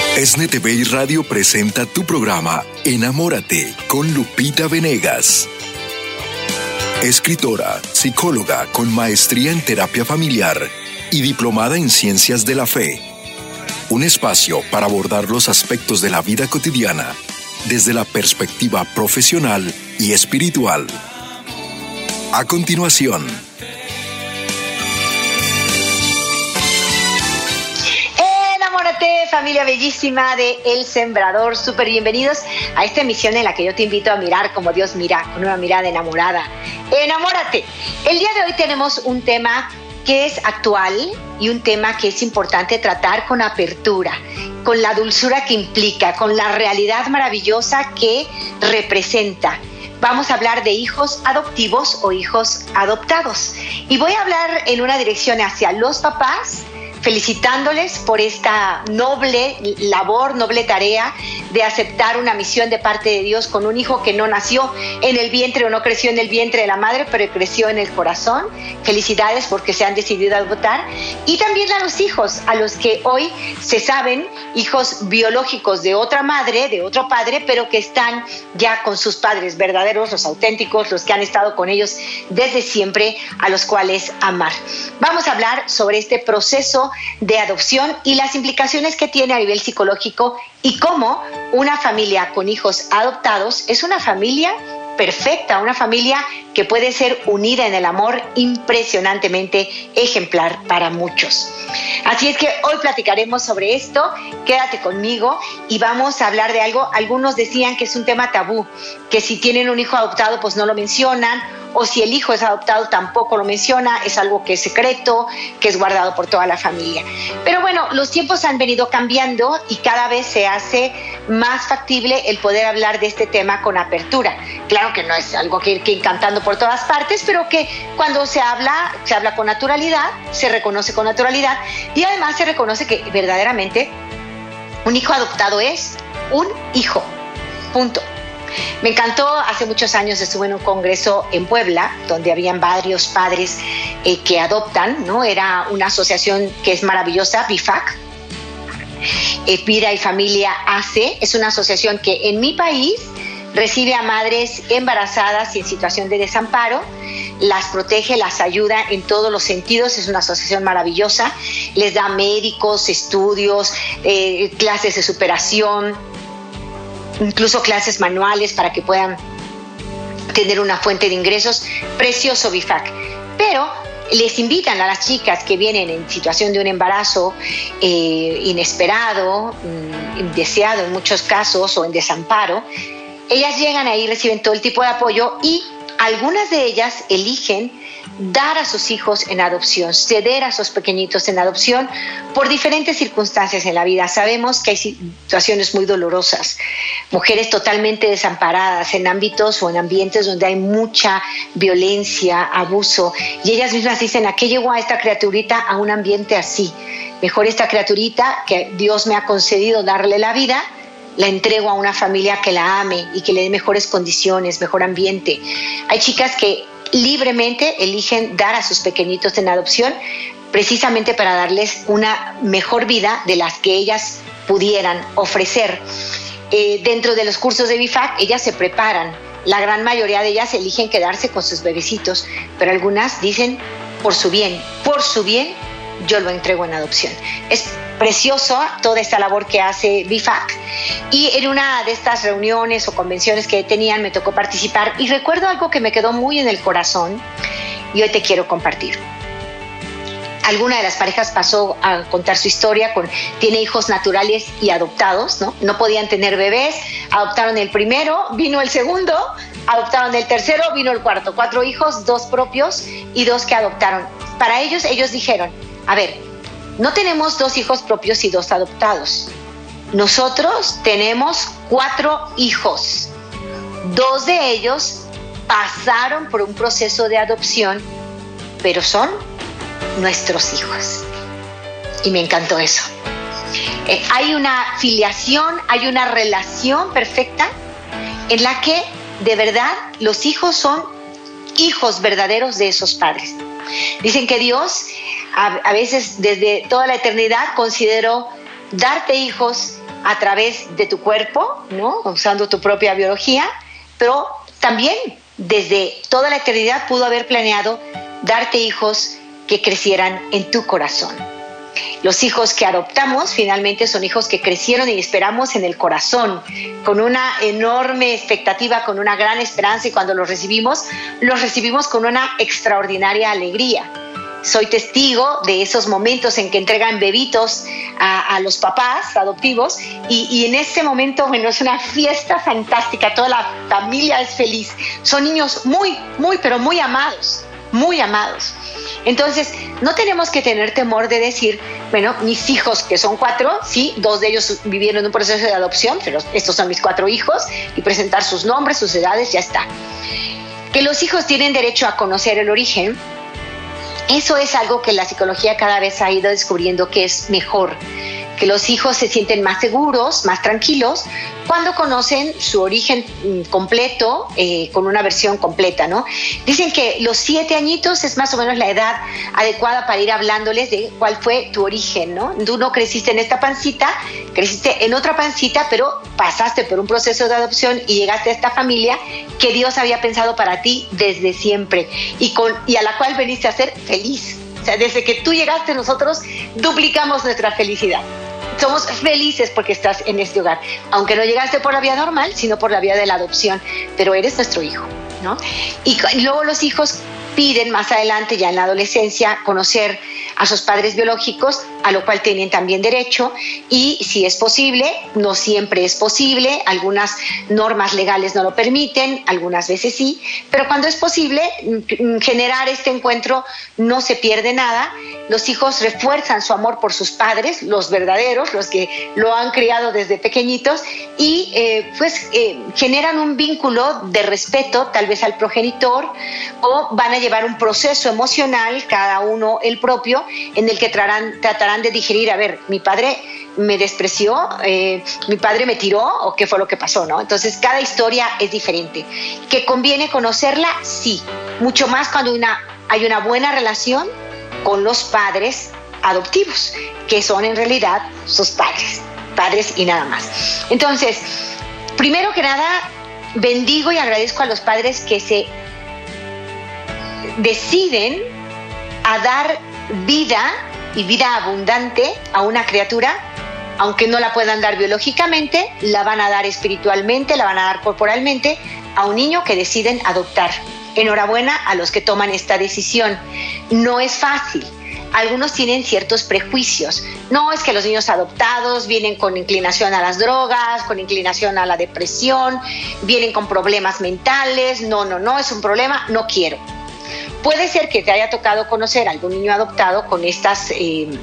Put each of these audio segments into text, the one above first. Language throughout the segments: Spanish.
ESNE TV y Radio presenta tu programa Enamórate con Lupita Venegas. Escritora, psicóloga con maestría en terapia familiar y diplomada en ciencias de la fe. Un espacio para abordar los aspectos de la vida cotidiana desde la perspectiva profesional y espiritual. A continuación, enamórate, familia bellísima de El Sembrador. Súper bienvenidos a esta emisión en la que yo te invito a mirar como Dios mira, con una mirada enamorada. Enamórate. El día de hoy tenemos un tema que es actual y un tema que es importante tratar con apertura, con la dulzura que implica, con la realidad maravillosa que representa. Vamos a hablar de hijos adoptivos o hijos adoptados. Y voy a hablar en una dirección hacia los papás, felicitándoles por esta noble labor, noble tarea de aceptar una misión de parte de Dios con un hijo que no nació en el vientre o no creció en el vientre de la madre, pero creció en el corazón. Felicidades porque se han decidido adoptar. Y también a los hijos, a los que hoy se saben hijos biológicos de otra madre, de otro padre, pero que están ya con sus padres verdaderos, los auténticos, los que han estado con ellos desde siempre, a los cuales amar. Vamos a hablar sobre este proceso de adopción y las implicaciones que tiene a nivel psicológico y cómo una familia con hijos adoptados es una familia perfecta, una familia que puede ser unida en el amor impresionantemente ejemplar para muchos. Así es que hoy platicaremos sobre esto, quédate conmigo y vamos a hablar de algo. Algunos decían que es un tema tabú, que si tienen un hijo adoptado pues no lo mencionan, o si el hijo es adoptado tampoco lo menciona, es algo que es secreto, que es guardado por toda la familia. Pero bueno, los tiempos han venido cambiando y cada vez se hace más factible el poder hablar de este tema con apertura. Claro que no es algo que ir cantando por todas partes, pero que cuando se habla con naturalidad, se reconoce con naturalidad y además se reconoce que verdaderamente un hijo adoptado es un hijo, punto. Me encantó, hace muchos años estuve en un congreso en Puebla, donde habían varios padres que adoptan, ¿no? Era una asociación que es maravillosa, BIFAC, Vida y Familia AC, es una asociación que en mi país recibe a madres embarazadas y en situación de desamparo, las protege, las ayuda en todos los sentidos, es una asociación maravillosa, les da médicos, estudios, clases de superación, incluso clases manuales para que puedan tener una fuente de ingresos. Precioso BIFAC. Pero les invitan a las chicas que vienen en situación de un embarazo inesperado, indeseado en muchos casos o en desamparo. Ellas llegan ahí, reciben todo el tipo de apoyo y algunas de ellas eligen dar a sus hijos en adopción, ceder a sus pequeñitos en adopción por diferentes circunstancias en la vida. Sabemos que hay situaciones muy dolorosas, mujeres totalmente desamparadas en ámbitos o en ambientes donde hay mucha violencia, abuso, y ellas mismas dicen: ¿a qué llegó a esta criaturita a un ambiente así? Mejor esta criaturita que Dios me ha concedido darle la vida, la entrego a una familia que la ame y que le dé mejores condiciones, mejor ambiente. Hay chicas que libremente eligen dar a sus pequeñitos en adopción precisamente para darles una mejor vida de las que ellas pudieran ofrecer. Dentro de los cursos de BIFAC ellas se preparan, la gran mayoría de ellas eligen quedarse con sus bebecitos, pero algunas dicen: por su bien yo lo entrego en adopción. Es precioso toda esta labor que hace BIFAC, y en una de estas reuniones o convenciones que tenían me tocó participar y recuerdo algo que me quedó muy en el corazón y hoy te quiero compartir. Alguna de las parejas pasó a contar su historia, tiene hijos naturales y adoptados, ¿no? No podían tener bebés, adoptaron el primero, vino el segundo, adoptaron el tercero, vino el cuarto. 4 hijos, 2 propios y 2 que adoptaron. Para ellos dijeron: a ver, no tenemos 2 hijos propios y 2 adoptados. Nosotros tenemos 4 hijos. 2 de ellos pasaron por un proceso de adopción, pero son nuestros hijos. Y me encantó eso. Hay una filiación, hay una relación perfecta en la que de verdad los hijos son hijos verdaderos de esos padres. Dicen que Dios a veces desde toda la eternidad consideró darte hijos a través de tu cuerpo, ¿no? Usando tu propia biología, pero también desde toda la eternidad pudo haber planeado darte hijos que crecieran en tu corazón. Los hijos que adoptamos finalmente son hijos que crecieron y esperamos en el corazón, con una enorme expectativa, con una gran esperanza, y cuando los recibimos con una extraordinaria alegría. Soy testigo de esos momentos en que entregan bebitos a los papás adoptivos y en ese momento, bueno, es una fiesta fantástica, toda la familia es feliz. Son niños muy, pero muy amados, muy amados. Entonces, no tenemos que tener temor de decir, bueno, mis hijos, que son 4, sí, 2 de ellos vivieron un proceso de adopción, pero estos son mis 4 hijos, y presentar sus nombres, sus edades, ya está. Que los hijos tienen derecho a conocer el origen. Eso es algo que la psicología cada vez ha ido descubriendo que es mejor, que los hijos se sienten más seguros, más tranquilos, cuando conocen su origen completo, con una versión completa, ¿no? Dicen que los 7 añitos es más o menos la edad adecuada para ir hablándoles de cuál fue tu origen, ¿no? Tú no creciste en esta pancita, creciste en otra pancita, pero pasaste por un proceso de adopción y llegaste a esta familia que Dios había pensado para ti desde siempre y a la cual veniste a ser feliz. O sea, desde que tú llegaste, nosotros duplicamos nuestra felicidad. Somos felices porque estás en este hogar, aunque no llegaste por la vía normal, sino por la vía de la adopción, pero eres nuestro hijo, ¿no? Y luego los hijos piden más adelante, ya en la adolescencia, conocer a sus padres biológicos, a lo cual tienen también derecho, y si es posible, no siempre es posible, algunas normas legales no lo permiten, algunas veces sí, pero cuando es posible generar este encuentro no se pierde nada. Los hijos refuerzan su amor por sus padres, los verdaderos, los que lo han criado desde pequeñitos, y generan un vínculo de respeto tal vez al progenitor, o van a llevar un proceso emocional, cada uno el propio, en el que tratarán de digerir, a ver, mi padre me despreció, mi padre me tiró, o qué fue lo que pasó, ¿no? Entonces cada historia es diferente. ¿Que conviene conocerla? Sí, mucho más cuando hay una buena relación con los padres adoptivos, que son en realidad sus padres y nada más. Entonces, primero que nada, bendigo y agradezco a los padres que se deciden a dar vida y vida abundante a una criatura, aunque no la puedan dar biológicamente, la van a dar espiritualmente, la van a dar corporalmente a un niño que deciden adoptar. Enhorabuena a los que toman esta decisión. No es fácil. Algunos tienen ciertos prejuicios. No, es que los niños adoptados vienen con inclinación a las drogas, con inclinación a la depresión, vienen con problemas mentales. No, es un problema, no quiero. Puede ser que te haya tocado conocer a algún niño adoptado con estas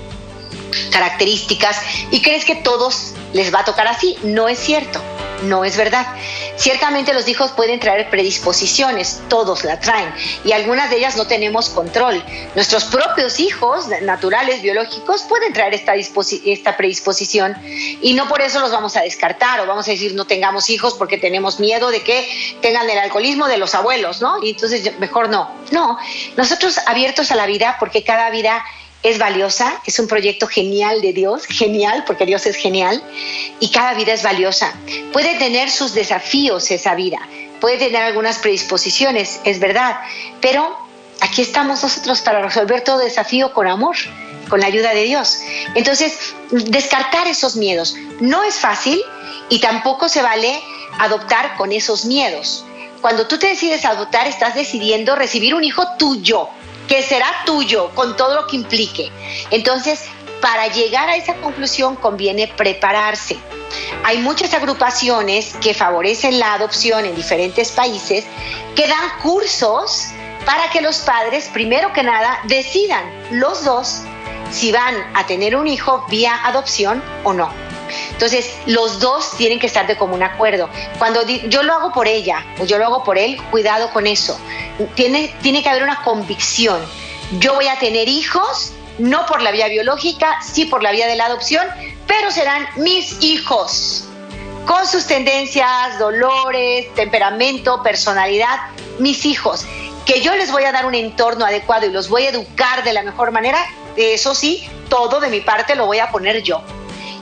características y crees que todos les va a tocar así. No es cierto, no es verdad. Ciertamente los hijos pueden traer predisposiciones, todos la traen, y algunas de ellas no tenemos control. Nuestros propios hijos naturales, biológicos, pueden traer esta predisposición, y no por eso los vamos a descartar o vamos a decir no tengamos hijos porque tenemos miedo de que tengan el alcoholismo de los abuelos, ¿no? Y entonces mejor no. No, nosotros abiertos a la vida, porque cada vida es valiosa, es un proyecto genial de Dios, genial porque Dios es genial, y cada vida es valiosa. Puede tener sus desafíos esa vida, puede tener algunas predisposiciones, es verdad, pero aquí estamos nosotros para resolver todo desafío con amor, con la ayuda de Dios. Entonces, descartar esos miedos no es fácil, y tampoco se vale adoptar con esos miedos. Cuando tú te decides adoptar, estás decidiendo recibir un hijo tuyo, que será tuyo con todo lo que implique. Entonces, para llegar a esa conclusión conviene prepararse. Hay muchas agrupaciones que favorecen la adopción en diferentes países, que dan cursos para que los padres, primero que nada, decidan los dos si van a tener un hijo vía adopción o no. Entonces, los dos tienen que estar de común acuerdo. Cuando yo lo hago por ella o yo lo hago por él, cuidado con eso. Tiene que haber una convicción. Yo voy a tener hijos, no por la vía biológica, sí por la vía de la adopción, pero serán mis hijos, con sus tendencias, dolores, temperamento, personalidad, mis hijos. Que yo les voy a dar un entorno adecuado y los voy a educar de la mejor manera, eso sí, todo de mi parte lo voy a poner yo.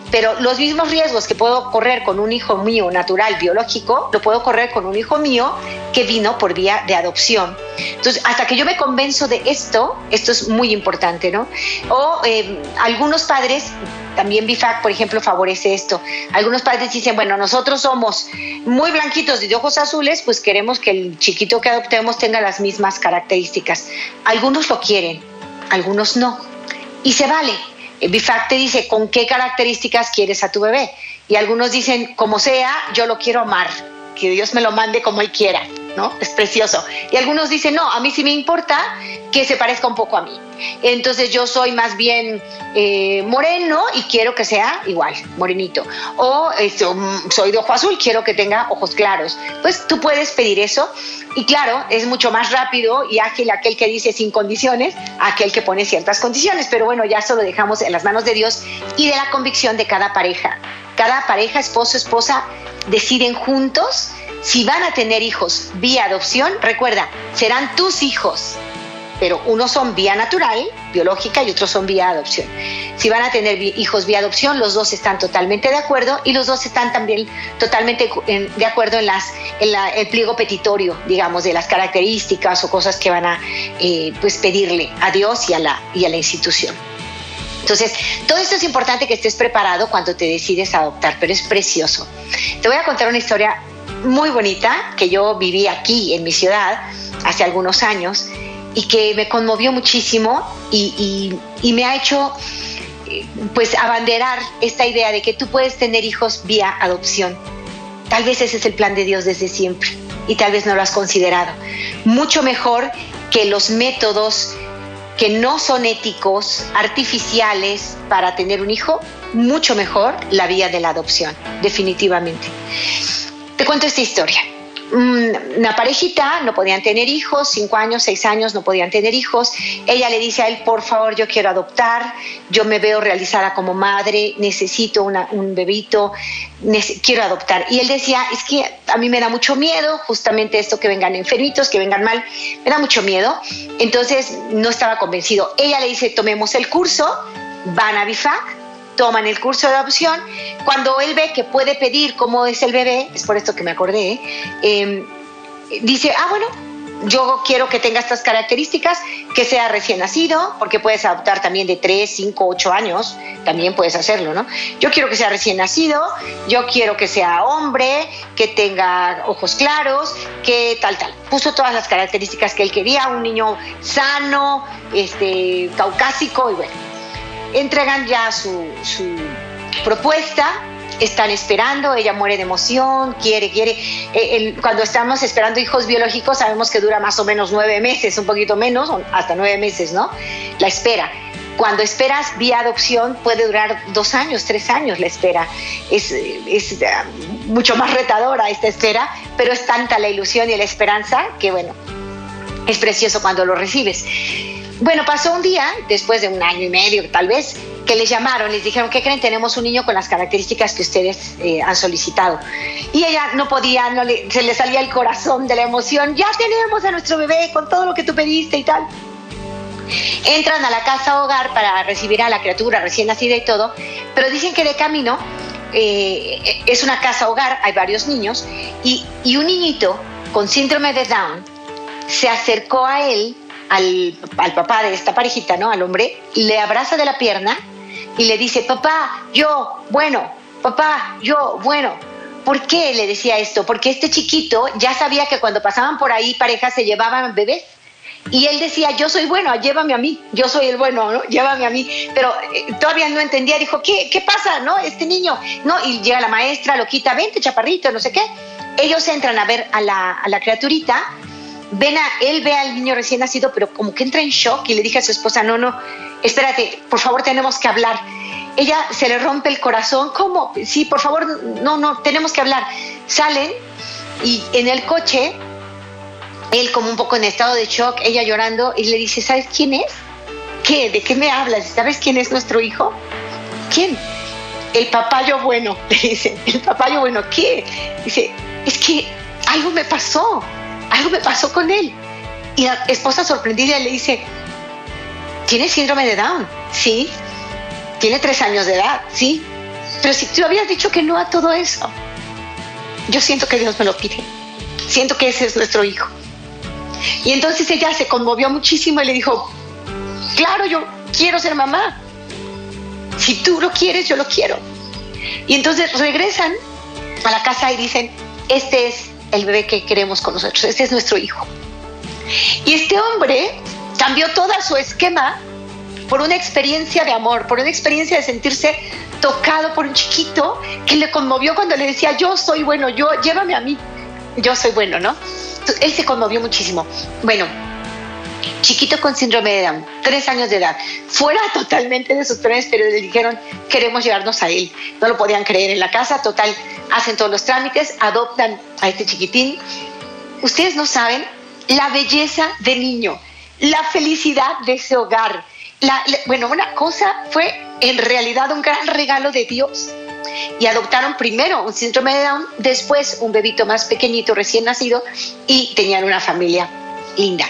pero los mismos riesgos que puedo correr con un hijo mío natural, biológico, lo puedo correr con un hijo mío que vino por vía de adopción. Entonces, hasta que yo me convenzo de esto es muy importante, ¿no? O algunos padres, también BIFAC, por ejemplo, favorece esto. Algunos padres dicen, bueno, nosotros somos muy blanquitos y de ojos azules, pues queremos que el chiquito que adoptemos tenga las mismas características. Algunos lo quieren, algunos no. Y se vale. BIFAC te dice con qué características quieres a tu bebé. Y algunos dicen, como sea, yo lo quiero amar, que Dios me lo mande como Él quiera, ¿no? Es precioso. Y algunos dicen, no, a mí sí me importa que se parezca un poco a mí. Entonces yo soy más bien moreno y quiero que sea igual, morenito. O soy de ojo azul, quiero que tenga ojos claros. Pues tú puedes pedir eso. Y claro, es mucho más rápido y ágil aquel que dice sin condiciones, aquel que pone ciertas condiciones. Pero bueno, ya eso lo dejamos en las manos de Dios y de la convicción de cada pareja. Cada pareja, esposo, esposa, deciden juntos si van a tener hijos vía adopción. Recuerda, serán tus hijos, pero unos son vía natural, biológica, y otros son vía adopción. Si van a tener hijos vía adopción, los dos están totalmente de acuerdo y los dos están también totalmente de acuerdo en el pliego petitorio, digamos, de las características o cosas que van a pues pedirle a Dios y a la institución. Entonces, todo esto es importante que estés preparado cuando te decides adoptar, pero es precioso. Te voy a contar una historia muy bonita que yo viví aquí en mi ciudad hace algunos años y que me conmovió muchísimo y me ha hecho pues abanderar esta idea de que tú puedes tener hijos vía adopción. Tal vez ese es el plan de Dios desde siempre y tal vez no lo has considerado. Mucho mejor que los métodos que no son éticos, artificiales para tener un hijo, mucho mejor la vía de la adopción, definitivamente. Te cuento esta historia. Una parejita, no podían tener hijos, 5 años, 6 años, no podían tener hijos. Ella le dice a él, por favor, yo quiero adoptar, yo me veo realizada como madre, necesito un bebito, quiero adoptar. Y él decía, es que a mí me da mucho miedo, justamente esto, que vengan enfermitos, que vengan mal, me da mucho miedo. Entonces no estaba convencido. Ella le dice, tomemos el curso, van a BIFAC, toman el curso de adopción. Cuando él ve que puede pedir cómo es el bebé, es por esto que me acordé, dice, bueno, yo quiero que tenga estas características, que sea recién nacido, porque puedes adoptar también de 3, 5, 8 años, también puedes hacerlo, ¿no? Yo quiero que sea recién nacido, yo quiero que sea hombre, que tenga ojos claros, que tal. Puso todas las características que él quería, un niño sano, caucásico, y bueno. Entregan ya su propuesta, están esperando, ella muere de emoción, quiere. Cuando estamos esperando hijos biológicos sabemos que dura más o menos 9 meses, un poquito menos, hasta 9 meses, ¿no? La espera. Cuando esperas vía adopción puede durar 2 años, 3 años la espera. Es mucho más retadora esta espera, pero es tanta la ilusión y la esperanza que, bueno, es precioso cuando lo recibes. Bueno, pasó un día, después de 1 año y medio tal vez, que les llamaron, les dijeron, ¿qué creen? Tenemos un niño con las características que ustedes han solicitado. Y ella no podía, se le salía el corazón de la emoción, ya tenemos a nuestro bebé con todo lo que tú pediste y tal. Entran a la casa hogar para recibir a la criatura recién nacida y todo, pero dicen que de camino, es una casa hogar, hay varios niños, y un niñito con síndrome de Down se acercó a él, al papá de esta parejita, ¿no? Al hombre, le abraza de la pierna y le dice, papá, yo, bueno. ¿Por qué le decía esto? Porque este chiquito ya sabía que cuando pasaban por ahí parejas se llevaban bebés. Y él decía, yo soy bueno, llévame a mí, yo soy el bueno, ¿no? Llévame a mí. Pero todavía no entendía, dijo, ¿qué pasa, no? Este niño, ¿no? Y llega la maestra, lo quita, vente, chaparrito, no sé qué. Ellos entran a ver a la criaturita. Él ve al niño recién nacido, pero como que entra en shock y le dije a su esposa, no, espérate, por favor, tenemos que hablar. Ella se le rompe el corazón, ¿cómo? Sí, por favor, no, tenemos que hablar. Salen y en el coche, él como un poco en estado de shock, ella llorando, y le dice, ¿sabes quién es? ¿Qué? ¿De qué me hablas? ¿Sabes quién es nuestro hijo? ¿Quién? El papayo bueno, le dice. ¿El papayo bueno qué? Dice, es que algo me pasó con él. Y la esposa sorprendida le dice, ¿tiene síndrome de Down? Sí. ¿Tiene 3 años de edad? Sí. pero si tú habías dicho que no a todo eso, yo siento que Dios me lo pide. Siento que ese es nuestro hijo. Y entonces ella se conmovió muchísimo y le dijo, claro, yo quiero ser mamá. Si tú lo quieres, yo lo quiero. Y entonces regresan a la casa y dicen, este es el bebé que queremos con nosotros, este es nuestro hijo. Y este hombre cambió todo su esquema por una experiencia de amor, por una experiencia de sentirse tocado por un chiquito que le conmovió cuando le decía, yo soy bueno, llévame a mí, yo soy bueno, ¿no? Entonces, él se conmovió muchísimo. Bueno, chiquito con síndrome de Down, 3 años de edad, fuera totalmente de sus planes, pero le dijeron, queremos llevarnos a él. No lo podían creer en la casa, total, hacen todos los trámites, adoptan a este chiquitín. Ustedes no saben la belleza del niño, la felicidad de ese hogar. Bueno, una cosa fue en realidad un gran regalo de Dios. Y adoptaron primero un síndrome de Down, después un bebito más pequeñito, recién nacido, y tenían una familia linda.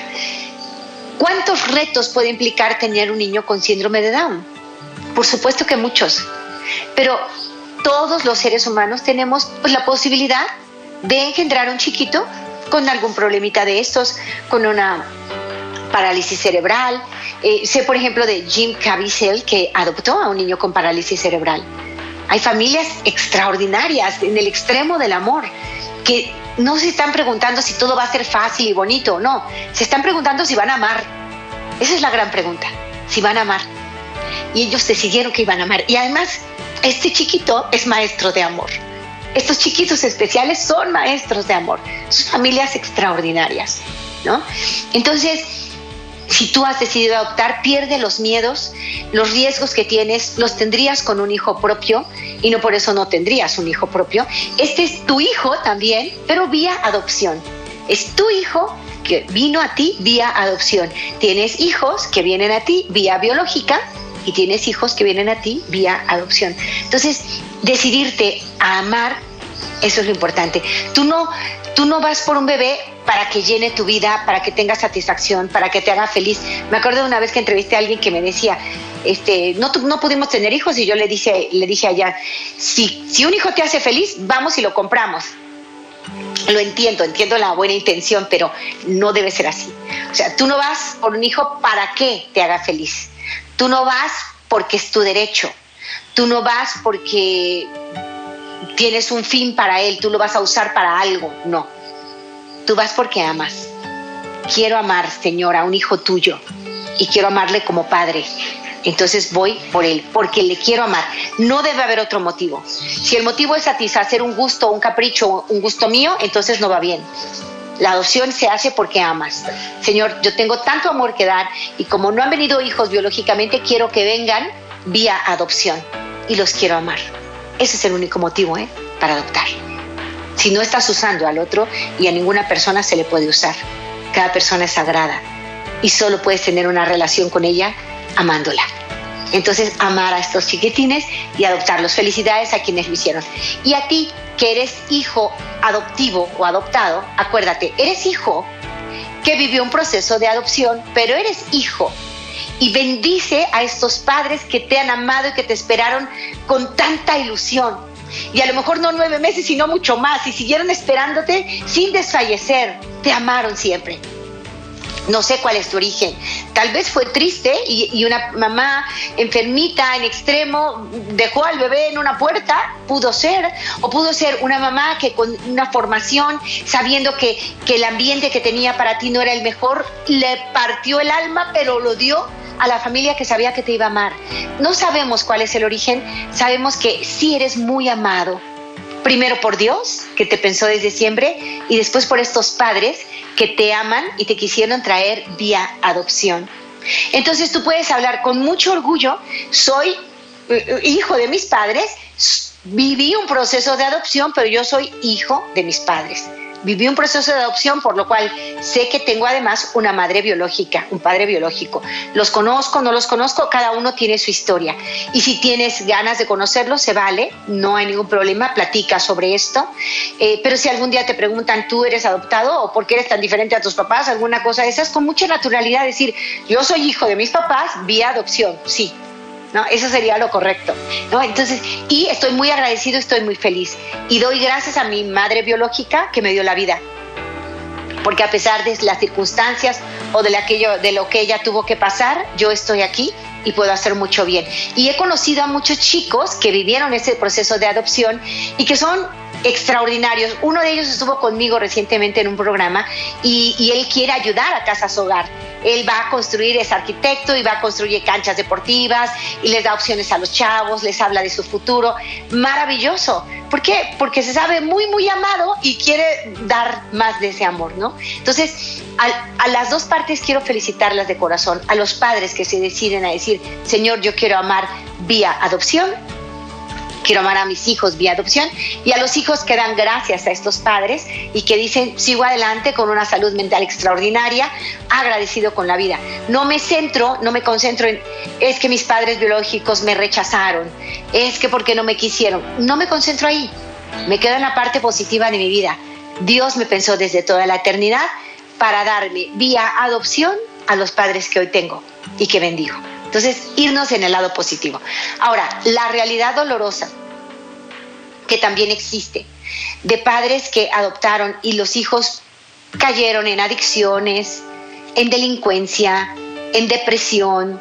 ¿Cuántos retos puede implicar tener un niño con síndrome de Down? Por supuesto que muchos, pero todos los seres humanos tenemos pues, la posibilidad de engendrar un chiquito con algún problemita de estos, con una parálisis cerebral. Sé, por ejemplo, de Jim Caviezel, que adoptó a un niño con parálisis cerebral. Hay familias extraordinarias en el extremo del amor que no se están preguntando si todo va a ser fácil y bonito, no. Se están preguntando si van a amar. Esa es la gran pregunta, si van a amar. Y ellos decidieron que iban a amar. Y además, este chiquito es maestro de amor. Estos chiquitos especiales son maestros de amor. Son familias extraordinarias, ¿no? Entonces, si tú has decidido adoptar, pierde los miedos, los riesgos que tienes, los tendrías con un hijo propio y no por eso no tendrías un hijo propio. Este es tu hijo también, pero vía adopción. Es tu hijo que vino a ti vía adopción. Tienes hijos que vienen a ti vía biológica y tienes hijos que vienen a ti vía adopción. Entonces, decidirte a amar, eso es lo importante. Tú no vas por un bebé para que llene tu vida, para que tenga satisfacción, para que te haga feliz. Me acuerdo de una vez que entrevisté a alguien que me decía, no pudimos tener hijos, y yo le dije allá, si un hijo te hace feliz, vamos y lo compramos. Lo entiendo la buena intención, pero no debe ser así. O sea, tú no vas por un hijo para que te haga feliz. Tú no vas porque es tu derecho. Tú no vas porque tienes un fin para él, tú lo vas a usar para algo. No. Tú vas porque amas. Quiero amar, Señor, a un hijo tuyo y quiero amarle como padre. Entonces voy por él, porque le quiero amar. No debe haber otro motivo. Si el motivo es satisfacer un gusto, un capricho, un gusto mío, entonces no va bien. La adopción se hace porque amas. Señor, yo tengo tanto amor que dar y como no han venido hijos biológicamente, quiero que vengan vía adopción y los quiero amar. Ese es el único motivo, para adoptar. Si no estás usando al otro, y a ninguna persona se le puede usar. Cada persona es sagrada y solo puedes tener una relación con ella amándola. Entonces, amar a estos chiquitines y adoptarlos. Felicidades a quienes lo hicieron. Y a ti, que eres hijo adoptivo o adoptado, acuérdate, eres hijo que vivió un proceso de adopción, pero eres hijo. Y bendice a estos padres que te han amado y que te esperaron con tanta ilusión. Y a lo mejor no 9 meses, sino mucho más. Y siguieron esperándote sin desfallecer. Te amaron siempre. No sé cuál es tu origen. Tal vez fue triste y una mamá enfermita en extremo dejó al bebé en una puerta, pudo ser. O pudo ser una mamá que con una formación, sabiendo que el ambiente que tenía para ti no era el mejor, le partió el alma, pero lo dio a la familia que sabía que te iba a amar. No sabemos cuál es el origen, sabemos que sí eres muy amado. Primero por Dios, que te pensó desde siempre, y después por estos padres que te aman y te quisieron traer vía adopción. Entonces tú puedes hablar con mucho orgullo, soy hijo de mis padres, viví un proceso de adopción, pero yo soy hijo de mis padres. Viví un proceso de adopción, por lo cual sé que tengo además una madre biológica, un padre biológico. Los conozco, no los conozco, cada uno tiene su historia. Y si tienes ganas de conocerlos, se vale, no hay ningún problema, platica sobre esto. Pero si algún día te preguntan, ¿tú eres adoptado o por qué eres tan diferente a tus papás? Alguna cosa de esas, con mucha naturalidad decir, yo soy hijo de mis papás vía adopción, sí. ¿no? Eso sería lo correcto, ¿no? Entonces, y estoy muy agradecido, estoy muy feliz. Y doy gracias a mi madre biológica que me dio la vida. Porque a pesar de las circunstancias o de lo que ella tuvo que pasar, yo estoy aquí y puedo hacer mucho bien. Y he conocido a muchos chicos que vivieron ese proceso de adopción y que son extraordinarios. Uno de ellos estuvo conmigo recientemente en un programa y él quiere ayudar a Casas Hogar. Él va a construir, es arquitecto y va a construir canchas deportivas y les da opciones a los chavos, les habla de su futuro. Maravilloso. ¿Por qué? Porque se sabe muy, muy amado y quiere dar más de ese amor, ¿no? Entonces, a las dos partes quiero felicitarlas de corazón. A los padres que se deciden a decir, Señor, yo quiero amar vía adopción, quiero amar a mis hijos vía adopción, y a los hijos que dan gracias a estos padres y que dicen, sigo adelante con una salud mental extraordinaria, agradecido con la vida. No me concentro en, es que mis padres biológicos me rechazaron, es que porque no me quisieron. No me concentro ahí, me quedo en la parte positiva de mi vida. Dios me pensó desde toda la eternidad para darme vía adopción a los padres que hoy tengo y que bendigo. Entonces, irnos en el lado positivo. Ahora, la realidad dolorosa que también existe de padres que adoptaron y los hijos cayeron en adicciones, en delincuencia, en depresión,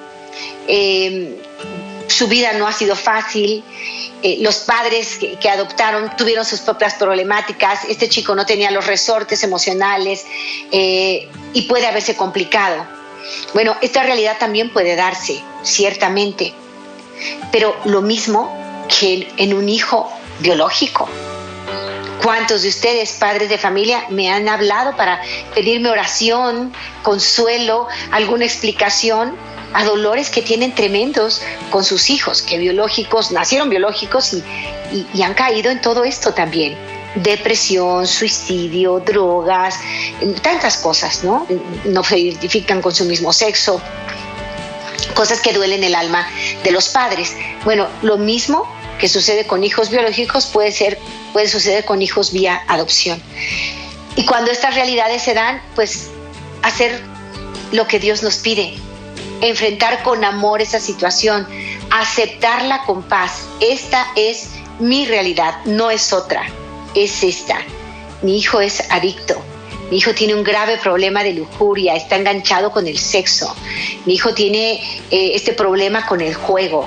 su vida no ha sido fácil, los padres que adoptaron tuvieron sus propias problemáticas, este chico no tenía los resortes emocionales y puede haberse complicado. Bueno, esta realidad también puede darse, ciertamente, pero lo mismo que en un hijo biológico. ¿Cuántos de ustedes, padres de familia, me han hablado para pedirme oración, consuelo, alguna explicación a dolores que tienen tremendos con sus hijos, que nacieron biológicos y han caído en todo esto también? Depresión, suicidio, drogas, tantas cosas, ¿no? No se identifican con su mismo sexo, cosas que duelen el alma de los padres. Bueno, lo mismo que sucede con hijos biológicos puede suceder con hijos vía adopción. Y cuando estas realidades se dan, pues hacer lo que Dios nos pide, enfrentar con amor esa situación, aceptarla con paz. Esta es mi realidad, no es otra. Es esta. Mi hijo es adicto. Mi hijo tiene un grave problema de lujuria, está enganchado con el sexo. Mi hijo tiene este problema con el juego.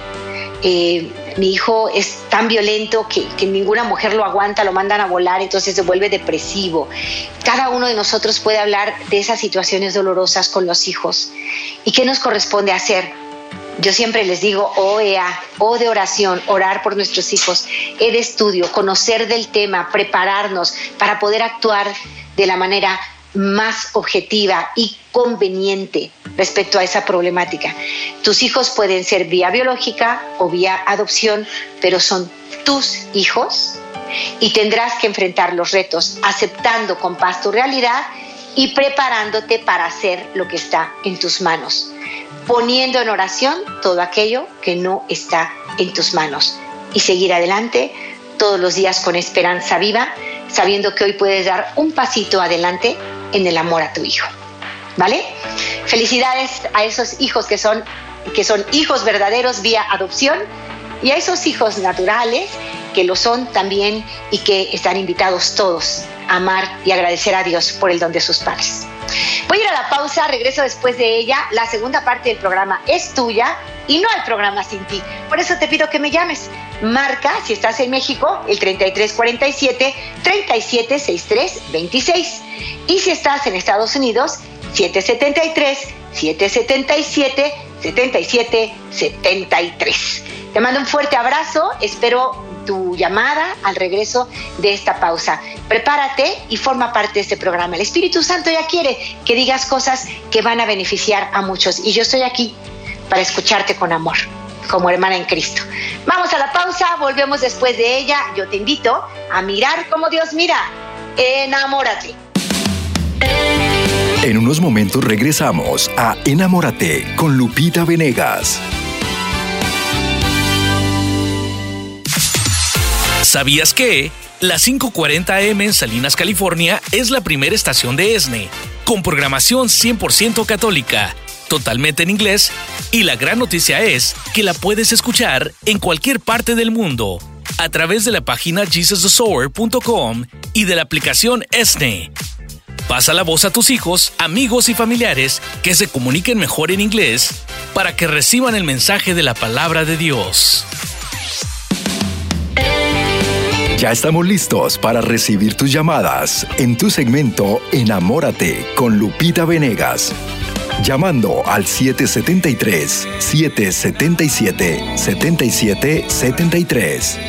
Mi hijo es tan violento que ninguna mujer lo aguanta, lo mandan a volar, entonces se vuelve depresivo. Cada uno de nosotros puede hablar de esas situaciones dolorosas con los hijos. ¿Y qué nos corresponde hacer? Yo siempre les digo OEA, O de oración, orar por nuestros hijos, E de estudio, conocer del tema, prepararnos para poder actuar de la manera más objetiva y conveniente respecto a esa problemática. Tus hijos pueden ser vía biológica o vía adopción, pero son tus hijos y tendrás que enfrentar los retos aceptando con paz tu realidad y preparándote para hacer lo que está en tus manos, poniendo en oración todo aquello que no está en tus manos y seguir adelante todos los días con esperanza viva, sabiendo que hoy puedes dar un pasito adelante en el amor a tu hijo. ¿Vale? Felicidades a esos hijos que son hijos verdaderos vía adopción y a esos hijos naturales que lo son también y que están invitados todos a amar y agradecer a Dios por el don de sus padres. Voy a ir a la pausa, regreso después de ella. La segunda parte del programa es tuya y no hay programa sin ti. Por eso te pido que me llames. Marca, si estás en México, el 3347-3763-26. Y si estás en Estados Unidos, 773-777-7773. Te mando un fuerte abrazo, espero tu llamada al regreso de esta pausa. Prepárate y forma parte de este programa. El Espíritu Santo ya quiere que digas cosas que van a beneficiar a muchos y yo estoy aquí para escucharte con amor, como hermana en Cristo. Vamos a la pausa, volvemos después de ella. Yo te invito a mirar como Dios mira. Enamórate. En unos momentos regresamos a Enamórate con Lupita Venegas. ¿Sabías que? La 540 AM en Salinas, California, es la primera estación de ESNE, con programación 100% católica. totalmente en inglés, y la gran noticia es que la puedes escuchar en cualquier parte del mundo a través de la página JesusTheSower.com y de la aplicación ESNE. Pasa la voz a tus hijos, amigos y familiares que se comuniquen mejor en inglés para que reciban el mensaje de la palabra de Dios. Ya estamos listos para recibir tus llamadas en tu segmento Enamórate con Lupita Venegas. Llamando al 773-777-7773.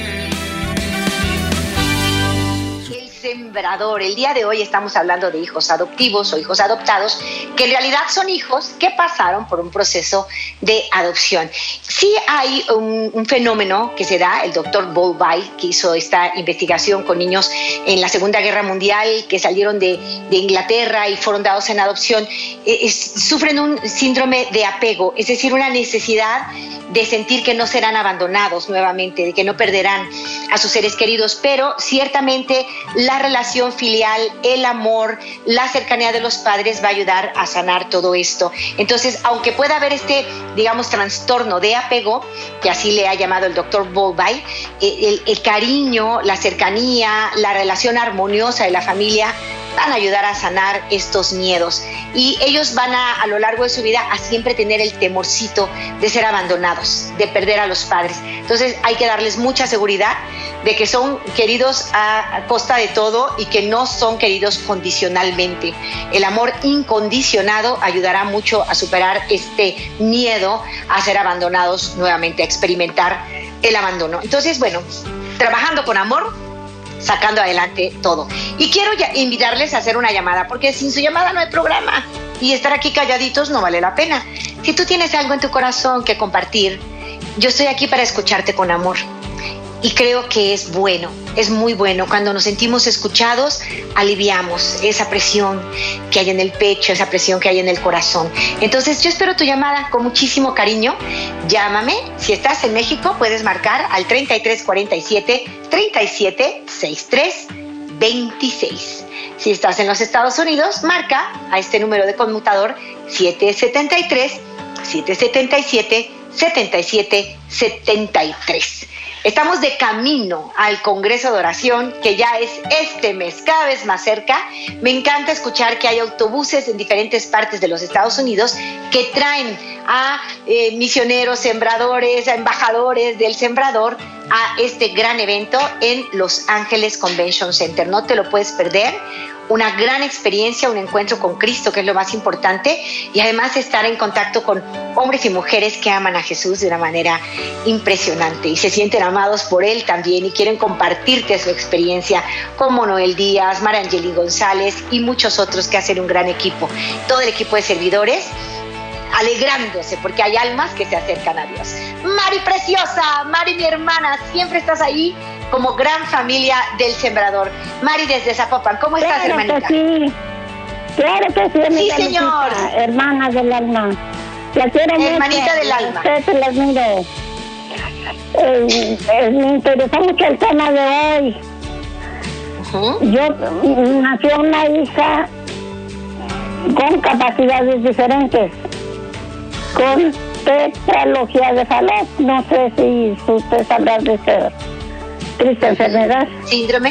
El día de hoy estamos hablando de hijos adoptivos o hijos adoptados, que en realidad son hijos que pasaron por un proceso de adopción. Sí hay un fenómeno que se da, el doctor Bowlby, que hizo esta investigación con niños en la Segunda Guerra Mundial que salieron de Inglaterra y fueron dados en adopción, sufren un síndrome de apego, es decir, una necesidad de sentir que no serán abandonados nuevamente, de que no perderán a sus seres queridos, pero ciertamente la relación filial, el amor, la cercanía de los padres va a ayudar a sanar todo esto. Entonces, aunque pueda haber este, digamos, trastorno de apego, que así le ha llamado el doctor Bowlby, el cariño, la cercanía, la relación armoniosa de la familia van a ayudar a sanar estos miedos, y ellos van a lo largo de su vida a siempre tener el temorcito de ser abandonados, de perder a los padres. Entonces hay que darles mucha seguridad de que son queridos a costa de todo y que no son queridos condicionalmente. El amor incondicionado ayudará mucho a superar este miedo a ser abandonados nuevamente, a experimentar el abandono. Entonces, bueno, trabajando con amor, sacando adelante todo. Y quiero invitarles a hacer una llamada, porque sin su llamada no hay programa, y estar aquí calladitos no vale la pena. Si tú tienes algo en tu corazón que compartir, yo estoy aquí para escucharte con amor. Y creo que es bueno, es muy bueno. Cuando nos sentimos escuchados, aliviamos esa presión que hay en el pecho, esa presión que hay en el corazón. Entonces yo espero tu llamada con muchísimo cariño. Llámame. Si estás en México, puedes marcar al 3347-3763-26. Si estás en los Estados Unidos, marca a este número de conmutador 773-777-7773. Estamos de camino al Congreso de Oración, que ya es este mes, cada vez más cerca. Me encanta escuchar que hay autobuses en diferentes partes de los Estados Unidos que traen a misioneros, sembradores, a embajadores del sembrador a este gran evento en Los Ángeles Convention Center. No te lo puedes perder. Una gran experiencia, un encuentro con Cristo, que es lo más importante, y además estar en contacto con hombres y mujeres que aman a Jesús de una manera impresionante y se sienten amados por Él también y quieren compartirte su experiencia, como Noel Díaz, Marangeli González y muchos otros que hacen un gran equipo. Todo el equipo de servidores alegrándose porque hay almas que se acercan a Dios. Mari preciosa, Mari mi hermana, siempre estás ahí como gran familia del Sembrador. Mari desde Zapopan, ¿cómo estás, hermanita? Sí. Claro que sí, sí, señor. Lupita, hermana del alma. La quiero hermanita mucho, del alma. Usted se la miro. Me interesó mucho el tema de hoy. Yo nació una hija con capacidades diferentes, con tetralogía de Fallot. No sé si usted sabrá de esa triste enfermedad. Síndrome.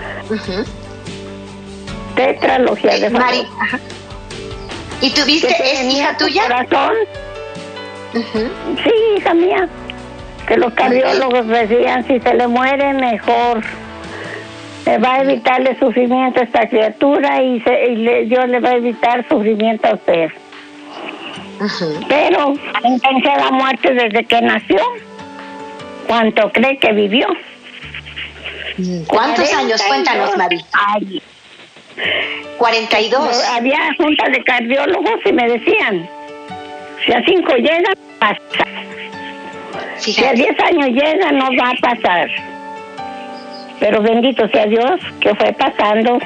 Tetralogía de Fallot. Mari, ajá. ¿Y tuviste, es hija tuya? Corazón. Sí, hija mía. Que los cardiólogos decían, si se le muere, mejor. Va a evitarle sufrimiento a esta criatura y Dios le va a evitar sufrimiento a usted. Pero entonces la muerte desde que nació. ¿Cuánto cree que vivió? ¿Cuántos años? Cuéntanos, Mari. 42. Había junta de cardiólogos y me decían, si a 5 llega, pasa. Fíjate. Si a 10 años llega, no va a pasar. Pero bendito sea Dios, que fue pasando.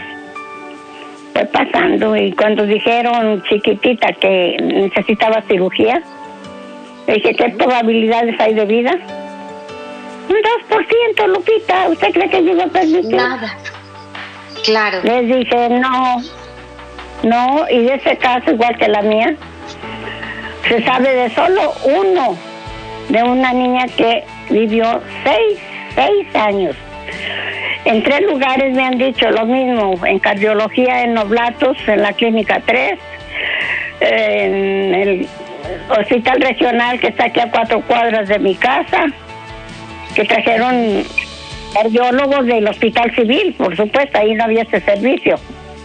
Y cuando dijeron, chiquitita, que necesitaba cirugía, le dije, ¿qué probabilidades hay de vida? Un 2%, Lupita. ¿Usted cree que yo iba a permitir? Nada. Claro. Les dije, no, y de ese caso, igual que la mía, Se sabe de solo uno, de una niña que vivió 6 años. En 3 lugares me han dicho lo mismo, en cardiología en Oblatos, en la Clínica 3, en el Hospital Regional que está aquí a 4 cuadras de mi casa, que trajeron cardiólogos del Hospital Civil, por supuesto, ahí no había ese servicio.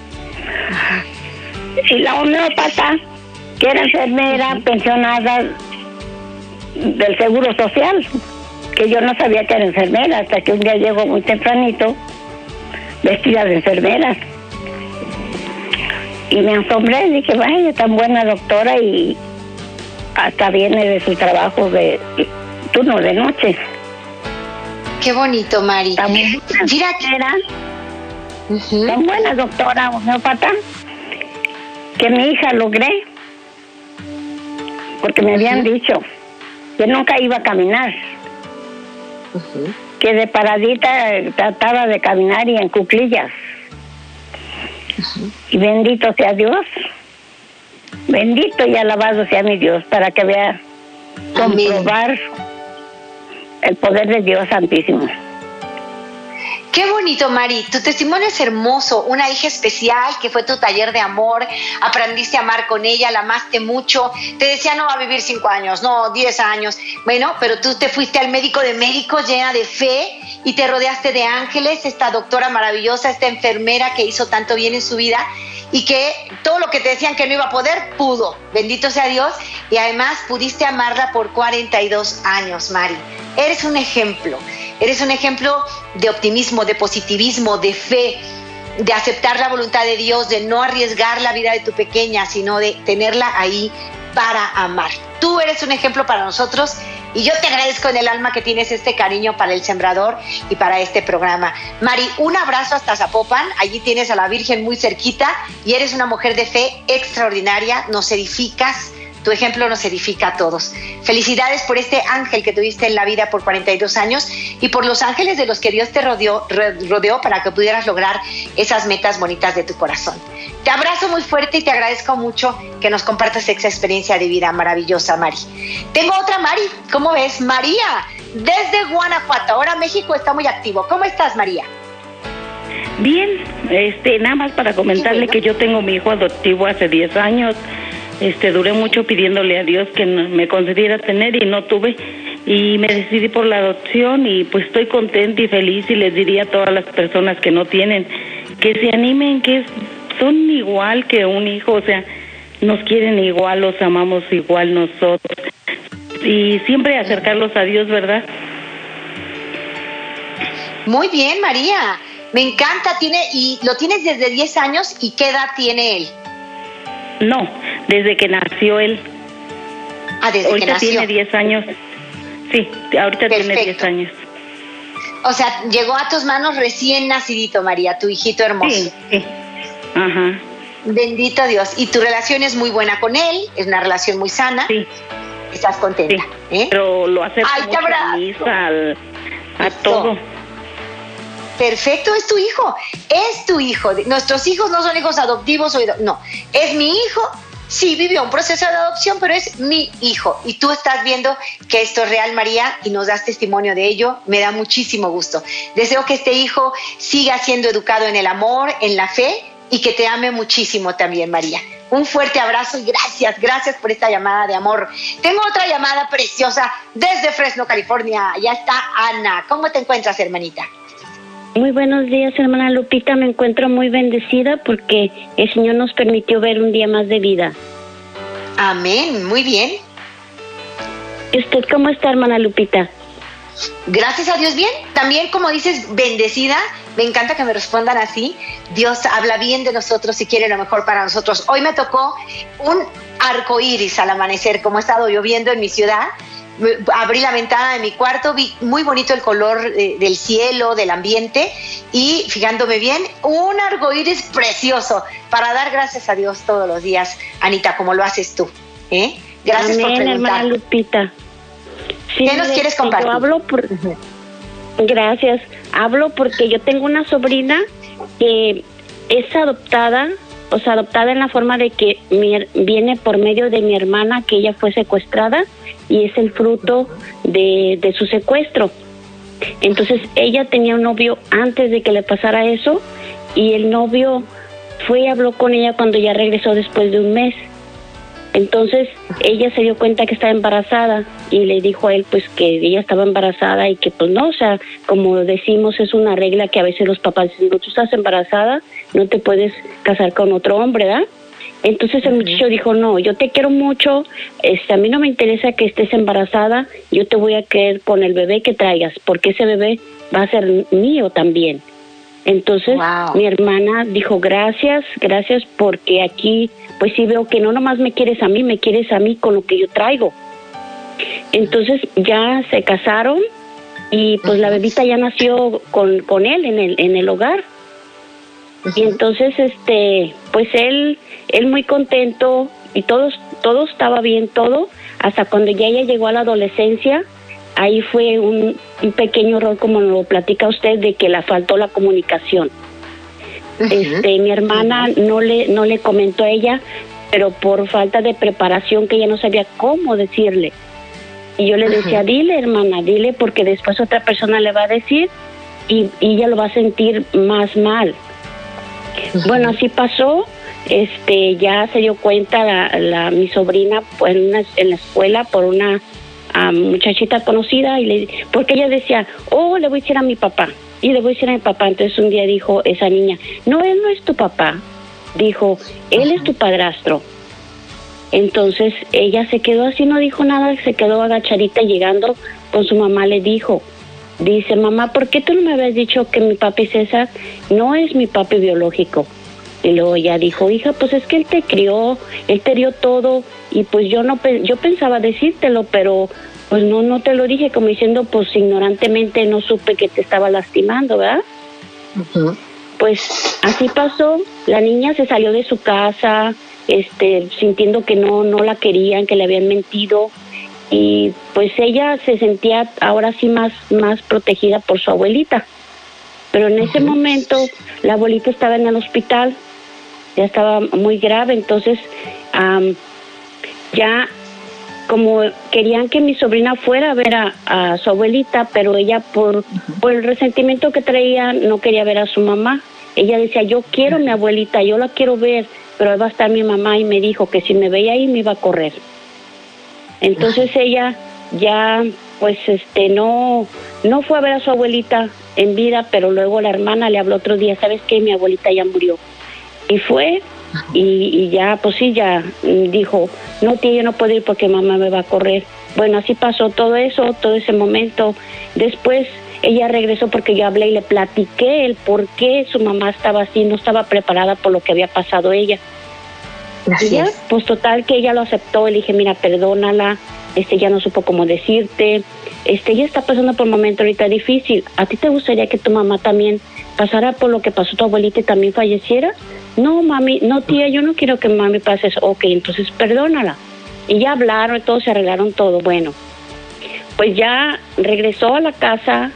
Y la homeópata, que era enfermera pensionada del Seguro Social, que yo no sabía que era enfermera, hasta que un día llegó muy tempranito, vestida de enfermera. Y me asombré, dije, vaya, tan buena doctora, y hasta viene de su trabajo de turno de noche. Qué bonito, Mari. Mira que era tan buena doctora homeópata que mi hija logré, porque me habían dicho que nunca iba a caminar, que de paradita trataba de caminar y en cuclillas. Y bendito sea Dios, bendito y alabado sea mi Dios, para que vea comprobar el poder de Dios Santísimo. Qué bonito, Mari. Tu testimonio es hermoso. Una hija especial que fue tu taller de amor. Aprendiste a amar con ella, la amaste mucho. Te decía, no va a vivir 5 años, no, 10 años. Bueno, pero tú te fuiste al médico de médicos llena de fe y te rodeaste de ángeles, esta doctora maravillosa, esta enfermera que hizo tanto bien en su vida y que todo lo que te decían que no iba a poder, pudo. Bendito sea Dios. Y además pudiste amarla por 42 años, Mari. Eres un ejemplo. Eres un ejemplo de optimismo, de positivismo, de fe, de aceptar la voluntad de Dios, de no arriesgar la vida de tu pequeña, sino de tenerla ahí para amar. Tú eres un ejemplo para nosotros y yo te agradezco en el alma que tienes este cariño para El Sembrador y para este programa. Mari, un abrazo hasta Zapopan. Allí tienes a la Virgen muy cerquita y eres una mujer de fe extraordinaria. Nos edificas. Tu ejemplo nos edifica a todos. Felicidades por este ángel que tuviste en la vida por 42 años y por los ángeles de los que Dios te rodeó para que pudieras lograr esas metas bonitas de tu corazón. Te abrazo muy fuerte y te agradezco mucho que nos compartas esa experiencia de vida maravillosa, Mari. Tengo otra Mari, ¿cómo ves? María, desde Guanajuato. Ahora México está muy activo. ¿Cómo estás, María? Bien, nada más para comentarle que yo tengo mi hijo adoptivo hace 10 años. Duré mucho pidiéndole a Dios que me concediera tener y no tuve, y me decidí por la adopción y pues estoy contenta y feliz, y les diría a todas las personas que no tienen que se animen, que son igual que un hijo, o sea, nos quieren igual, los amamos igual nosotros, y siempre acercarlos a Dios, ¿verdad? Muy bien, María, me encanta. Y lo tienes desde 10 años, ¿y qué edad tiene él? No, desde que nació él. Desde ahorita que nació. Tiene 10 años. Sí, ahorita Perfecto. Tiene 10 años. O sea, llegó a tus manos recién nacidito, María, tu hijito hermoso. Sí. Ajá. Bendito Dios. Y tu relación es muy buena con él, es una relación muy sana. Sí. Estás contenta. Sí. Pero lo acepto mucho a misa, a todo. Perfecto, es tu hijo. Es tu hijo. Nuestros hijos no son hijos adoptivos. No, es mi hijo. Sí, vivió un proceso de adopción, pero es mi hijo. Y tú estás viendo que esto es real, María, y nos das testimonio de ello. Me da muchísimo gusto. Deseo que este hijo siga siendo educado en el amor, en la fe, y que te ame muchísimo también, María. Un fuerte abrazo y gracias por esta llamada de amor. Tengo otra llamada preciosa desde Fresno, California. Ya está Ana. ¿Cómo te encuentras, hermanita? Muy buenos días, hermana Lupita. Me encuentro muy bendecida porque el Señor nos permitió ver un día más de vida. Amén, muy bien. ¿Y usted cómo está, hermana Lupita? Gracias a Dios, bien. También, como dices, bendecida. Me encanta que me respondan así. Dios habla bien de nosotros y quiere lo mejor para nosotros. Hoy me tocó un arco iris al amanecer, como ha estado lloviendo en mi ciudad. Abrí la ventana de mi cuarto, vi muy bonito el color del cielo, del ambiente, y fijándome bien, un arcoíris precioso para dar gracias a Dios todos los días, Anita, como lo haces tú. Gracias. Amén, por preguntar. Hermana Lupita. Sí, ¿qué nos quieres compartir? Gracias. Hablo porque yo tengo una sobrina que es adoptada pues adoptada en la forma de que viene por medio de mi hermana, que ella fue secuestrada y es el fruto de su secuestro. Entonces ella tenía un novio antes de que le pasara eso y el novio fue y habló con ella cuando ya regresó después de un mes. Entonces ella se dio cuenta que estaba embarazada y le dijo a él pues que ella estaba embarazada y que pues no, o sea, como decimos, es una regla que a veces los papás dicen, no, tú estás embarazada, no te puedes casar con otro hombre, ¿verdad? Entonces el muchacho dijo, no, yo te quiero mucho, a mí no me interesa que estés embarazada, yo te voy a querer con el bebé que traigas, porque ese bebé va a ser mío también. Entonces mi hermana dijo, gracias porque aquí pues sí veo que no nomás me quieres a mí con lo que yo traigo. Entonces ya se casaron y pues la bebita ya nació con él en el hogar. Y entonces pues él muy contento y todo estaba bien, todo, hasta cuando ya ella llegó a la adolescencia. Ahí fue un pequeño error, como lo platica usted, de que le faltó la comunicación. Mi hermana no le comentó a ella, pero por falta de preparación, que ella no sabía cómo decirle. Y yo le decía, dile, hermana, dile, porque después otra persona le va a decir y ella lo va a sentir más mal. Bueno, así pasó. Ya se dio cuenta mi sobrina pues, en la escuela por una muchachita conocida, porque ella decía, le voy a decir a mi papá, y le voy a decir a mi papá. Entonces un día dijo esa niña, no, él no es tu papá, dijo, él es tu padrastro. Entonces ella se quedó así, no dijo nada, se quedó agachadita, llegando con su mamá le dice, mamá, ¿por qué tú no me habías dicho que mi papi César no es mi papi biológico? Y luego ella dijo, hija, pues es que él te crió, él te dio todo, y pues yo pensaba decírtelo, pero pues no te lo dije, como diciendo, pues ignorantemente no supe que te estaba lastimando, ¿verdad? Pues así pasó. La niña se salió de su casa, sintiendo que no la querían, que le habían mentido, y pues ella se sentía ahora sí más protegida por su abuelita. Pero en ese momento la abuelita estaba en el hospital, ya estaba muy grave. Entonces ya como querían que mi sobrina fuera a ver a su abuelita, pero ella por el resentimiento que traía no quería ver a su mamá. Ella decía, yo quiero a mi abuelita, yo la quiero ver, pero ahí va a estar mi mamá, y me dijo que si me veía ahí me iba a correr. Entonces ella ya pues no fue a ver a su abuelita en vida, pero luego la hermana le habló otro día, ¿sabes qué? Mi abuelita ya murió. Y fue y ya pues sí, ya dijo, no, tía, yo no puedo ir porque mamá me va a correr. Bueno, así pasó todo eso, todo ese momento. Después ella regresó porque yo hablé y le platiqué el por qué su mamá estaba así, no estaba preparada por lo que había pasado ella. Y ya, pues total que ella lo aceptó. Le dije, mira, perdónala, ya no supo cómo decirte, ella está pasando por un momento ahorita difícil. ¿A ti te gustaría que tu mamá también pasara por lo que pasó tu abuelita y también falleciera? No, mami, no, tía, yo no quiero que mami pase eso. Ok, entonces perdónala. Y ya hablaron, todos se arreglaron todo. Bueno, pues ya regresó a la casa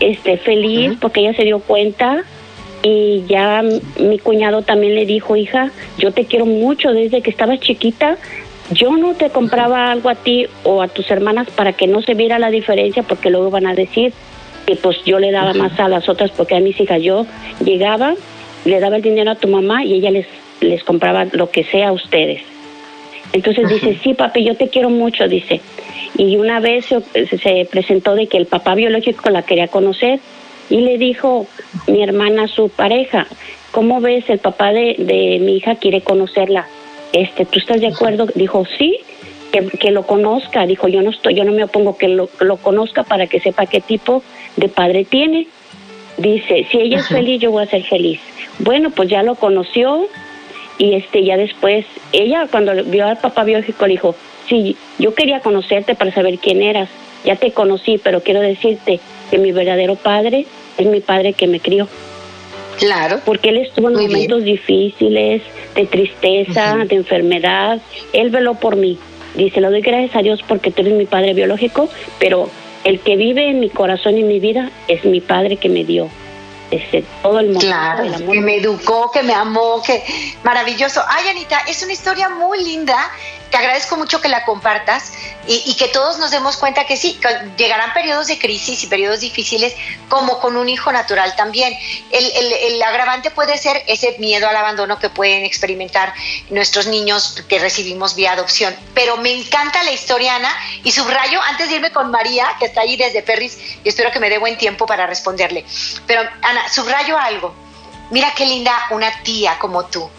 feliz porque ella se dio cuenta. Y ya mi cuñado también le dijo, hija, yo te quiero mucho desde que estabas chiquita. Yo no te compraba algo a ti o a tus hermanas para que no se viera la diferencia, porque luego van a decir que pues yo le daba más a las otras, porque a mis hijas yo llegaba, le daba el dinero a tu mamá y ella les compraba lo que sea a ustedes. Entonces dice, sí, papi, yo te quiero mucho, dice. Y una vez se presentó de que el papá biológico la quería conocer. Y le dijo mi hermana a su pareja, ¿cómo ves? El papá de mi hija quiere conocerla. ¿Tú estás de acuerdo? Dijo, sí, que lo conozca. Dijo, yo no me opongo, que lo conozca para que sepa qué tipo de padre tiene. Dice, si ella es feliz, yo voy a ser feliz. Bueno, pues ya lo conoció y ya después, ella cuando vio al papá biológico le dijo, sí, yo quería conocerte para saber quién eras. Ya te conocí, pero quiero decirte que mi verdadero padre es mi padre que me crió. Claro. Porque él estuvo en momentos difíciles, de tristeza, de enfermedad. Él veló por mí. Dice, le doy gracias a Dios porque tú eres mi padre biológico, pero el que vive en mi corazón y en mi vida es mi padre que me dio. desde todo el momento. Claro, que me educó, que me amó, que maravilloso. Ay, Anita, es una historia muy linda. Te agradezco mucho que la compartas y que todos nos demos cuenta que sí, que llegarán periodos de crisis y periodos difíciles como con un hijo natural también. El agravante puede ser ese miedo al abandono que pueden experimentar nuestros niños que recibimos vía adopción. Pero me encanta la historia, Ana, y subrayo, antes de irme con María, que está ahí desde Perris, y espero que me dé buen tiempo para responderle. Pero, Ana, subrayo algo. Mira qué linda una tía como tú.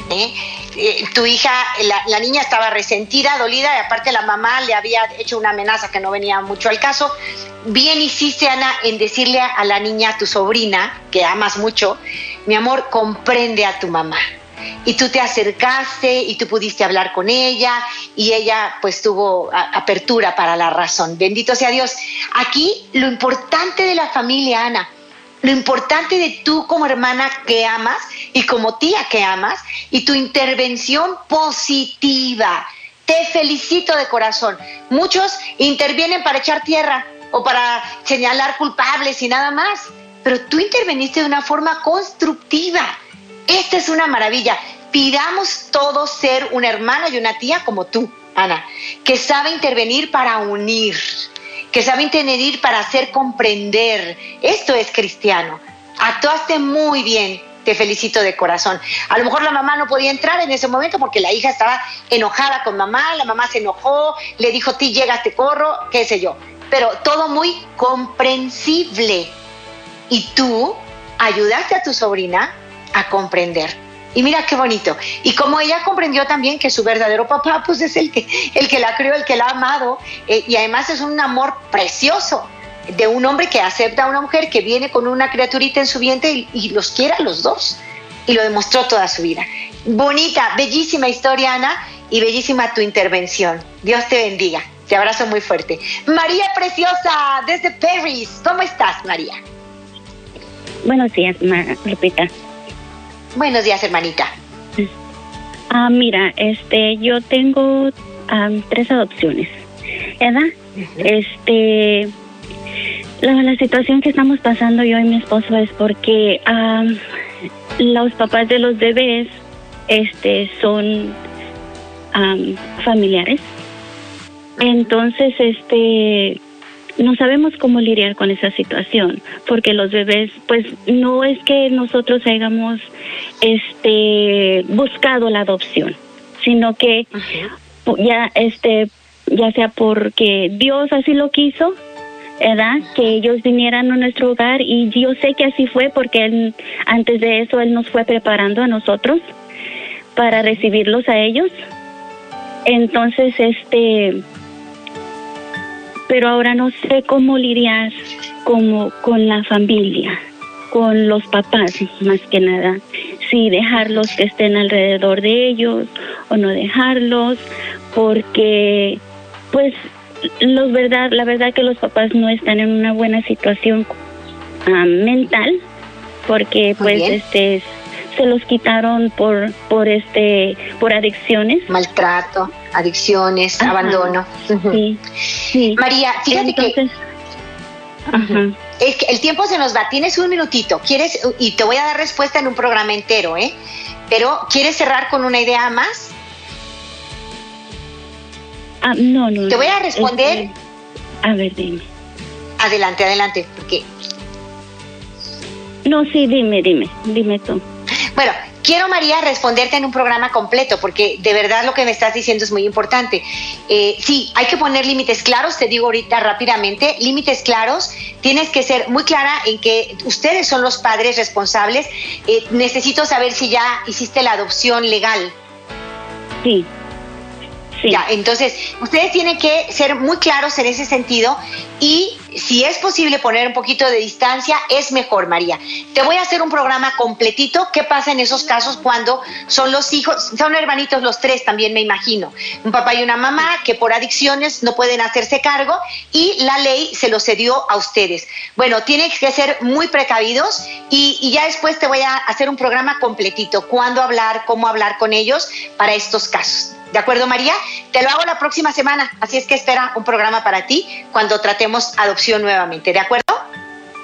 Tu hija, la niña estaba resentida, dolida, y aparte la mamá le había hecho una amenaza que no venía mucho al caso. Bien hiciste, Ana, en decirle a la niña, a tu sobrina, que amas mucho, mi amor, comprende a tu mamá. Y tú te acercaste y tú pudiste hablar con ella y ella pues tuvo apertura para la razón. Bendito sea Dios. Aquí lo importante de la familia, Ana, lo importante de tú como hermana que amas y como tía que amas y tu intervención positiva. Te felicito de corazón. Muchos intervienen para echar tierra o para señalar culpables y nada más, pero tú interveniste de una forma constructiva. Esta es una maravilla. Pidamos todos ser una hermana y una tía como tú, Ana, que sabe intervenir para unir, que sabe intervenir para hacer comprender. Esto es cristiano. Actuaste muy bien, te felicito de corazón. A lo mejor la mamá no podía entrar en ese momento porque la hija estaba enojada con mamá, la mamá se enojó, le dijo, ti llegas, te corro, qué sé yo. Pero todo muy comprensible. Y tú ayudaste a tu sobrina a comprender. Y mira qué bonito. Y como ella comprendió también que su verdadero papá pues es el que la crió, el que la ha amado, y además es un amor precioso de un hombre que acepta a una mujer que viene con una criaturita en su vientre y los quiere a los dos. Y lo demostró toda su vida. Bonita, bellísima historia, Ana, y bellísima tu intervención. Dios te bendiga. Te abrazo muy fuerte. María Preciosa, desde Perris. ¿Cómo estás, María? Buenos días, Lupita. Buenos días, hermanita. Mira, yo tengo 3 adopciones, ¿verdad? Uh-huh. La situación que estamos pasando yo y mi esposo es porque los papás de los bebés son familiares. Entonces, no sabemos cómo lidiar con esa situación, porque los bebés, pues no es que nosotros hayamos buscado la adopción, sino que ya sea porque Dios así lo quiso, ¿verdad? Que ellos vinieran a nuestro hogar, y yo sé que así fue porque antes de eso Él nos fue preparando a nosotros para recibirlos a ellos. Entonces, pero ahora no sé cómo lidiar con la familia, con los papás más que nada, si dejarlos que estén alrededor de ellos o no dejarlos, porque pues la verdad que los papás no están en una buena situación mental, porque pues se los quitaron por adicciones. Maltrato, adicciones, abandono. Sí. María, fíjate que es que el tiempo se nos va. Tienes un minutito. ¿Quieres? Y te voy a dar respuesta en un programa entero, Pero, ¿quieres cerrar con una idea más? No. Te voy a responder. A ver, dime. Adelante, porque... No, sí, dime tú. Bueno, quiero, María, responderte en un programa completo, porque de verdad lo que me estás diciendo es muy importante. Sí, hay que poner límites claros, te digo ahorita rápidamente, límites claros. Tienes que ser muy clara en que ustedes son los padres responsables. Necesito saber si ya hiciste la adopción legal. Sí. Ya, entonces, ustedes tienen que ser muy claros en ese sentido, y si es posible poner un poquito de distancia, es mejor, María. Te voy a hacer un programa completito. ¿Qué pasa en esos casos cuando son los hijos? Son hermanitos los 3 también, me imagino. Un papá y una mamá que por adicciones no pueden hacerse cargo y la ley se lo cedió a ustedes. Bueno, tienen que ser muy precavidos, y ya después te voy a hacer un programa completito. Cuándo hablar, cómo hablar con ellos para estos casos. ¿De acuerdo, María? Te lo hago la próxima semana, así es que espera un programa para ti cuando tratemos adopción nuevamente, ¿de acuerdo?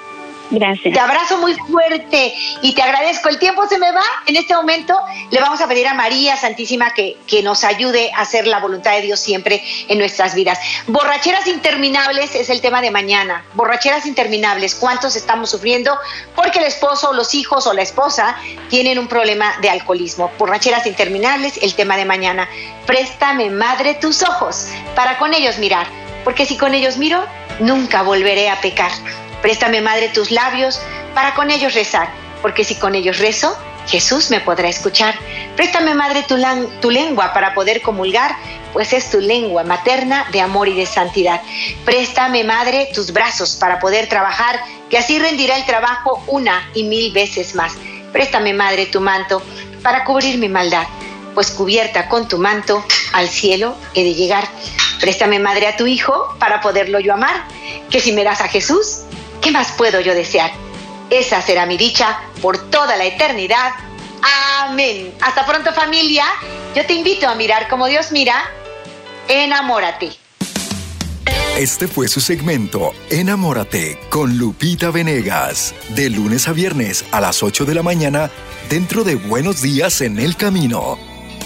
Gracias. Te abrazo muy fuerte y te agradezco. El tiempo se me va. En este momento le vamos a pedir a María Santísima que nos ayude a hacer la voluntad de Dios siempre en nuestras vidas. Borracheras interminables es el tema de mañana. Borracheras interminables. ¿Cuántos estamos sufriendo? Porque el esposo, los hijos o la esposa tienen un problema de alcoholismo. Borracheras interminables, el tema de mañana. Préstame, Madre, tus ojos para con ellos mirar. Porque si con ellos miro, nunca volveré a pecar. Préstame, Madre, tus labios para con ellos rezar, porque si con ellos rezo, Jesús me podrá escuchar. Préstame, Madre, tu lengua para poder comulgar, pues es tu lengua materna de amor y de santidad. Préstame, Madre, tus brazos para poder trabajar, que así rendirá el trabajo 1 y 1000 veces más. Préstame, Madre, tu manto para cubrir mi maldad, pues cubierta con tu manto al cielo he de llegar. Préstame, Madre, a tu Hijo para poderlo yo amar, que si me das a Jesús, ¿qué más puedo yo desear? Esa será mi dicha por toda la eternidad. Amén. Hasta pronto, familia. Yo te invito a mirar como Dios mira. Enamórate. Este fue su segmento Enamórate con Lupita Venegas. De lunes a viernes a las 8 de la mañana dentro de Buenos Días en el Camino.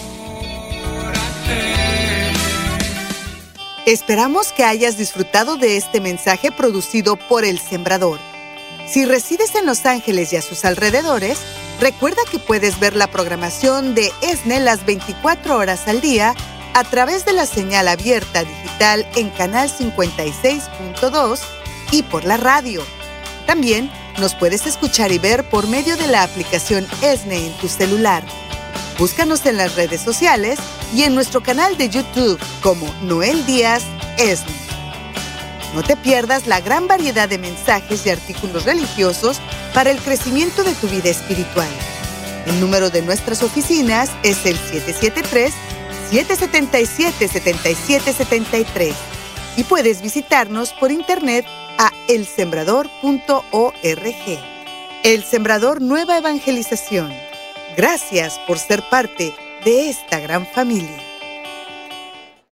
Esperamos que hayas disfrutado de este mensaje producido por El Sembrador. Si resides en Los Ángeles y a sus alrededores, recuerda que puedes ver la programación de ESNE las 24 horas al día a través de la señal abierta digital en Canal 56.2 y por la radio. También nos puedes escuchar y ver por medio de la aplicación ESNE en tu celular. Búscanos en las redes sociales y en nuestro canal de YouTube como Noel Díaz ESNE. No te pierdas la gran variedad de mensajes y artículos religiosos para el crecimiento de tu vida espiritual. El número de nuestras oficinas es el 773-777-7773 y puedes visitarnos por internet a elsembrador.org. El Sembrador Nueva Evangelización. Gracias por ser parte de esta gran familia.